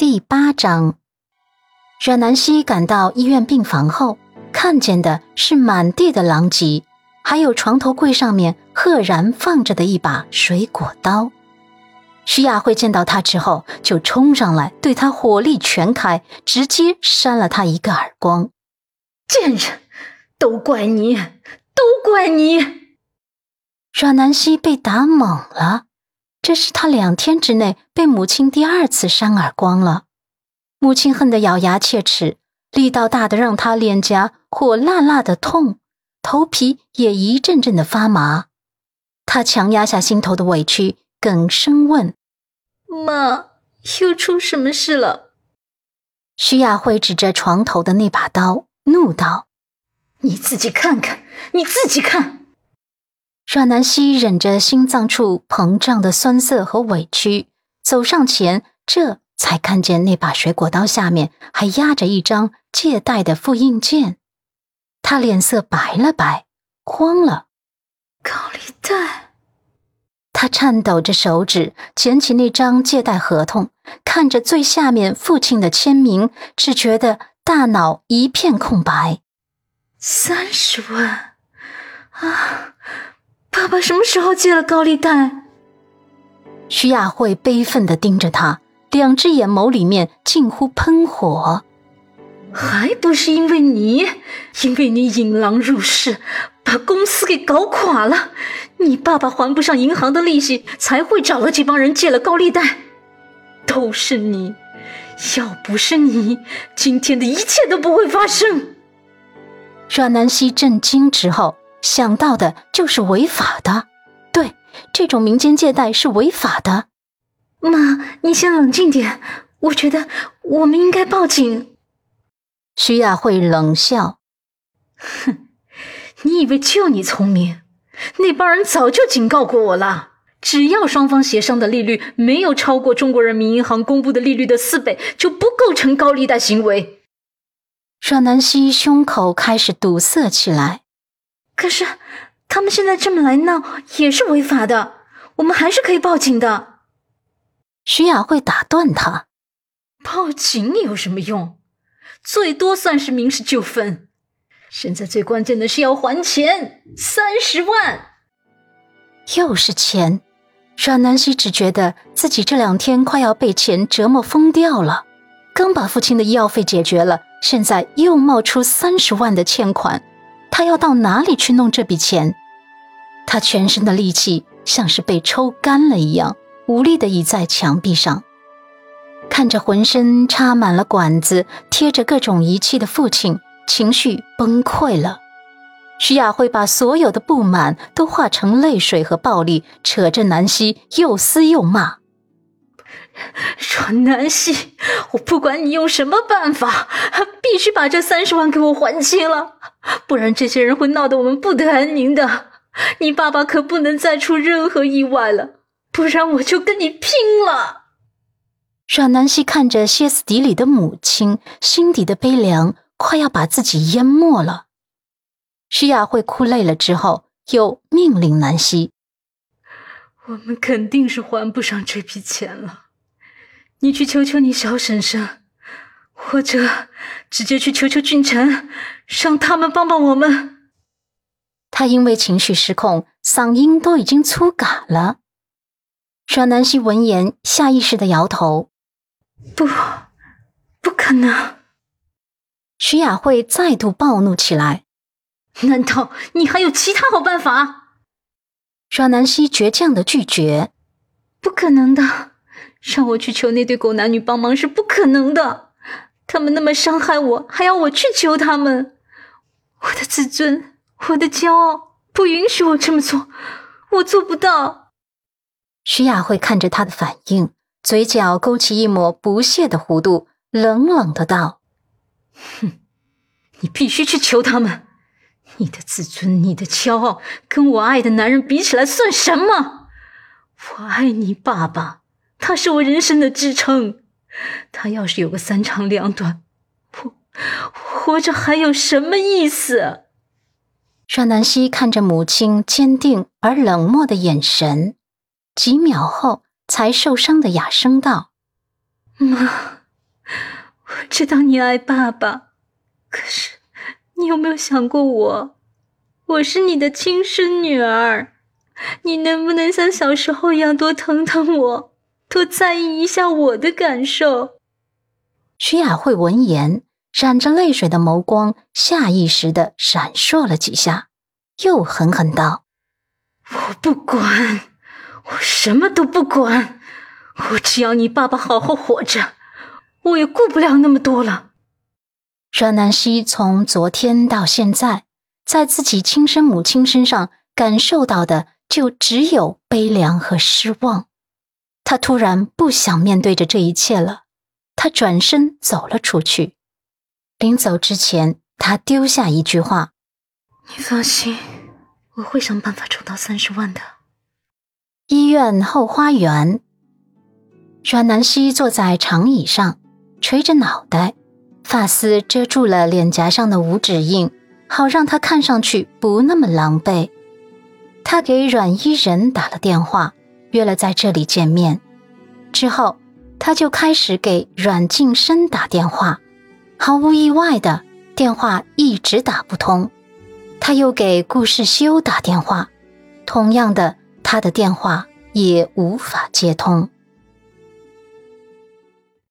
第8章。阮南希赶到医院病房后，看见的是满地的狼藉，还有床头柜上面赫然放着的一把水果刀。徐雅慧见到他之后，就冲上来对他火力全开，直接扇了他一个耳光。 贱人，都怪你，都怪你！ 阮南希被打懵了，这是他2天之内被母亲第2次扇耳光了。母亲恨得咬牙切齿，力道大的让他脸颊火辣辣的痛，头皮也一阵阵的发麻。他强压下心头的委屈，哽声问： 妈，又出什么事了？ 徐雅慧指着床头的那把刀，怒道： 你自己看看，你自己看！ 阮南希忍着心脏处膨胀的酸涩和委屈，走上前，这才看见那把水果刀下面还压着一张借贷的复印件。他脸色白了白，慌了。 高利贷！ 他颤抖着手指捡起那张借贷合同，看着最下面父亲的签名，只觉得大脑一片空白。 30万啊！爸爸什么时候借了高利贷？ 徐雅慧悲愤地盯着他，2只眼眸里面近乎喷火。 还不是因为你引狼入室，把公司给搞垮了，你爸爸还不上银行的利息，才会找了这帮人借了高利贷。都是你，要不是你，今天的一切都不会发生。 阮南希震惊之后，想到的就是违法的。对，这种民间借贷是违法的。 妈，你先冷静点，我觉得我们应该报警。 徐雅慧冷笑： 哼，你以为就你聪明？那帮人早就警告过我了，只要双方协商的利率没有超过中国人民银行公布的利率的4倍，就不构成高利贷行为。 阮南希胸口开始堵塞起来。 可是他们现在这么来闹也是违法的，我们还是可以报警的。 徐雅慧打断他： 报警有什么用？最多算是民事纠纷，现在最关键的是要还钱，30万。 又是钱。阮南希只觉得自己这2天快要被钱折磨疯掉了，刚把父亲的医药费解决了，现在又冒出30万的欠款，他要到哪里去弄这笔钱？他全身的力气像是被抽干了一样，无力地倚在墙壁上，看着浑身插满了管子、贴着各种仪器的父亲，情绪崩溃了。徐雅慧把所有的不满都化成泪水和暴力，扯着南希又撕又骂： 阮南希，我不管你用什么办法，必须把这30万给我还清了，不然这些人会闹得我们不得安宁的。你爸爸可不能再出任何意外了，不然我就跟你拼了。 阮南希看着歇斯底里的母亲，心底的悲凉快要把自己淹没了。徐雅慧哭累了之后，又命令南希： 我们肯定是还不上这笔钱了，你去求求你小婶婶，或者直接去求求俊臣，让他们帮帮我们。 他因为情绪失控，嗓音都已经粗哑了。阮南希闻言下意识地摇头： 不可能。 徐雅慧再度暴怒起来： 难道你还有其他好办法？ 阮南希倔强地拒绝： 不可能的，让我去求那对狗男女帮忙是不可能的，他们那么伤害我，还要我去求他们，我的自尊，我的骄傲不允许我这么做，我做不到。 徐雅慧看着他的反应，嘴角勾起一抹不屑的弧度，冷冷的道： 哼，你必须去求他们，你的自尊，你的骄傲，跟我爱的男人比起来算什么？我爱你爸爸，他是我人生的支撑，他要是有个3长2短，我活着还有什么意思？ 阮南希看着母亲坚定而冷漠的眼神，几秒后才受伤的哑声道： 妈， 我知道你爱爸爸，可是你有没有想过我是你的亲生女儿，你能不能像小时候一样多疼疼我，多在意一下我的感受？ 徐雅慧闻言，染着泪水的眸光下意识地闪烁了几下，又狠狠道： 我不管，我什么都不管，我只要你爸爸好好活着，我也顾不了那么多了。 阮南希从昨天到现在，在自己亲生母亲身上感受到的就只有悲凉和失望。她突然不想面对着这一切了，她转身走了出去。临走之前，她丢下一句话： 你放心，我会想办法筹到30万的。 医院后花园，阮南希坐在长椅上，垂着脑袋，发丝遮住了脸颊上的五指印，好让她看上去不那么狼狈。她给阮伊人打了电话，约了在这里见面。之后，她就开始给阮晋生打电话，毫无意外的，电话一直打不通。她又给顾世修打电话，同样的，他的电话也无法接通。